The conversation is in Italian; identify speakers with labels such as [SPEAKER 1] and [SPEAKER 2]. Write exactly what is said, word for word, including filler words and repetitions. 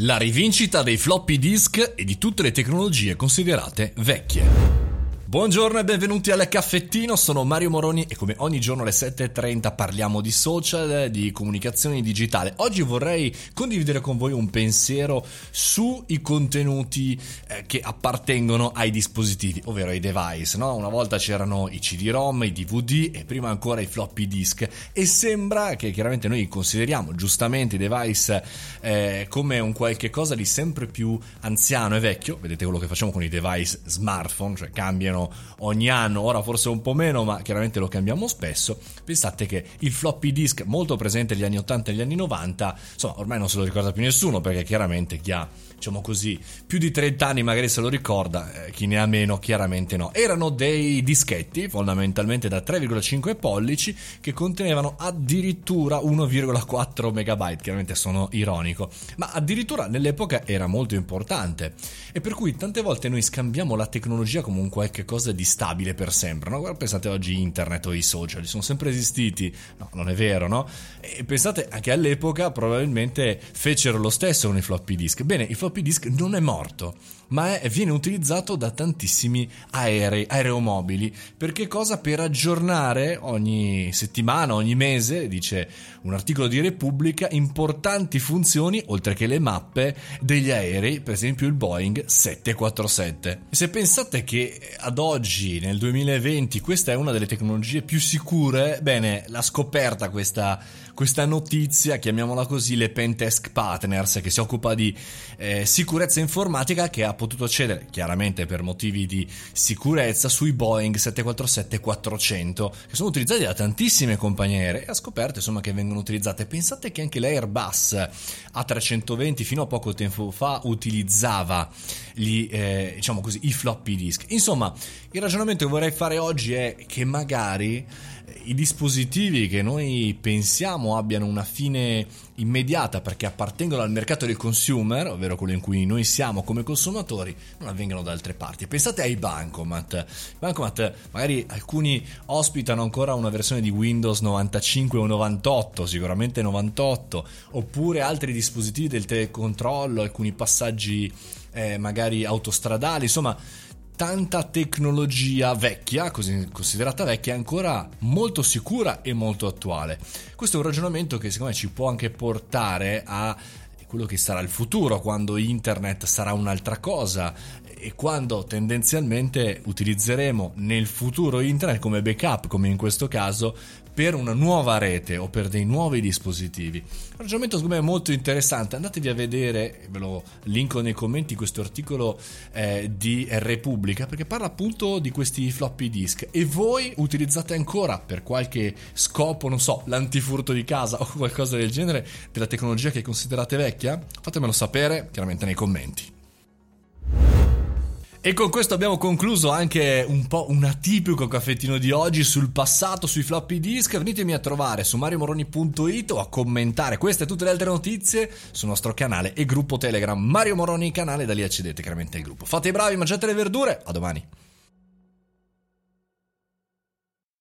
[SPEAKER 1] La rivincita dei floppy disk e di tutte le tecnologie considerate vecchie. Buongiorno e benvenuti al caffettino, sono Mario Moroni e come ogni giorno alle sette e trenta parliamo di social, di comunicazione digitale. Oggi vorrei condividere con voi un pensiero sui contenuti eh, che appartengono ai dispositivi, ovvero ai device, no? Una volta c'erano i C D-ROM, i D V D e prima ancora i floppy disk e sembra che chiaramente noi consideriamo giustamente i device eh, come un qualche cosa di sempre più anziano e vecchio. Vedete quello che facciamo con i device smartphone, cioè cambiano ogni anno, ora forse un po' meno, ma chiaramente lo cambiamo spesso. Pensate che il floppy disk, molto presente negli anni ottanta e negli anni novanta, insomma ormai non se lo ricorda più nessuno, perché chiaramente chi ha, diciamo così, più di trenta anni magari se lo ricorda, eh, chi ne ha meno chiaramente no. Erano dei dischetti fondamentalmente da tre virgola cinque pollici che contenevano addirittura uno virgola quattro megabyte, chiaramente sono ironico, ma addirittura nell'epoca era molto importante e per cui tante volte noi scambiamo la tecnologia come un qualche cosa di stabile per sempre, no? Guarda, pensate oggi internet o i social sono sempre esistiti, no, non è vero, no? E pensate anche all'epoca probabilmente fecero lo stesso con i floppy disk. Bene, il floppy disk non è morto, ma è, viene utilizzato da tantissimi aerei, aeromobili. Per che cosa? Per aggiornare ogni settimana, ogni mese, dice un articolo di Repubblica, importanti funzioni, oltre che le mappe degli aerei, per esempio il Boeing sette quattro sette. E se pensate che ad oggi, nel duemilaventi, questa è una delle tecnologie più sicure, bene, l'ha scoperta questa, questa notizia, chiamiamola così, le Pentest Partners, che si occupa di eh, sicurezza informatica, che ha potuto accedere, chiaramente per motivi di sicurezza, sui Boeing sette quattro sette quattrocento, che sono utilizzati da tantissime compagnie aeree, e ha scoperto insomma che vengono utilizzate. Pensate che anche l'Airbus A trecentoventi fino a poco tempo fa utilizzava gli, eh, diciamo così, i floppy disk. Insomma, il ragionamento che vorrei fare oggi è che magari i dispositivi che noi pensiamo abbiano una fine immediata perché appartengono al mercato del consumer, ovvero quello in cui noi siamo come consumatori, non avvengano da altre parti. Pensate ai bancomat. I bancomat magari alcuni ospitano ancora una versione di Windows novantacinque o novantotto, sicuramente novantotto, oppure altri dispositivi del telecontrollo, alcuni passaggi eh, magari autostradali, insomma tanta tecnologia vecchia, così considerata vecchia, ancora molto sicura e molto attuale. Questo è un ragionamento che secondo me ci può anche portare a quello che sarà il futuro, quando internet sarà un'altra cosa e quando tendenzialmente utilizzeremo nel futuro internet come backup, come in questo caso, per una nuova rete o per dei nuovi dispositivi. Un ragionamento secondo me molto interessante. Andatevi a vedere, ve lo linko nei commenti, questo articolo eh, di Repubblica, perché parla appunto di questi floppy disk. E voi utilizzate ancora per qualche scopo, non so, l'antifurto di casa o qualcosa del genere, della tecnologia che considerate vecchia? Fatemelo sapere chiaramente nei commenti. E con questo abbiamo concluso anche un po' un atipico caffettino di oggi sul passato, sui floppy disk. Venitemi a trovare su mario moroni punto it o a commentare queste e tutte le altre notizie sul nostro canale e gruppo Telegram Mario Moroni canale, da lì accedete chiaramente al gruppo. Fate i bravi, mangiate le verdure, a domani.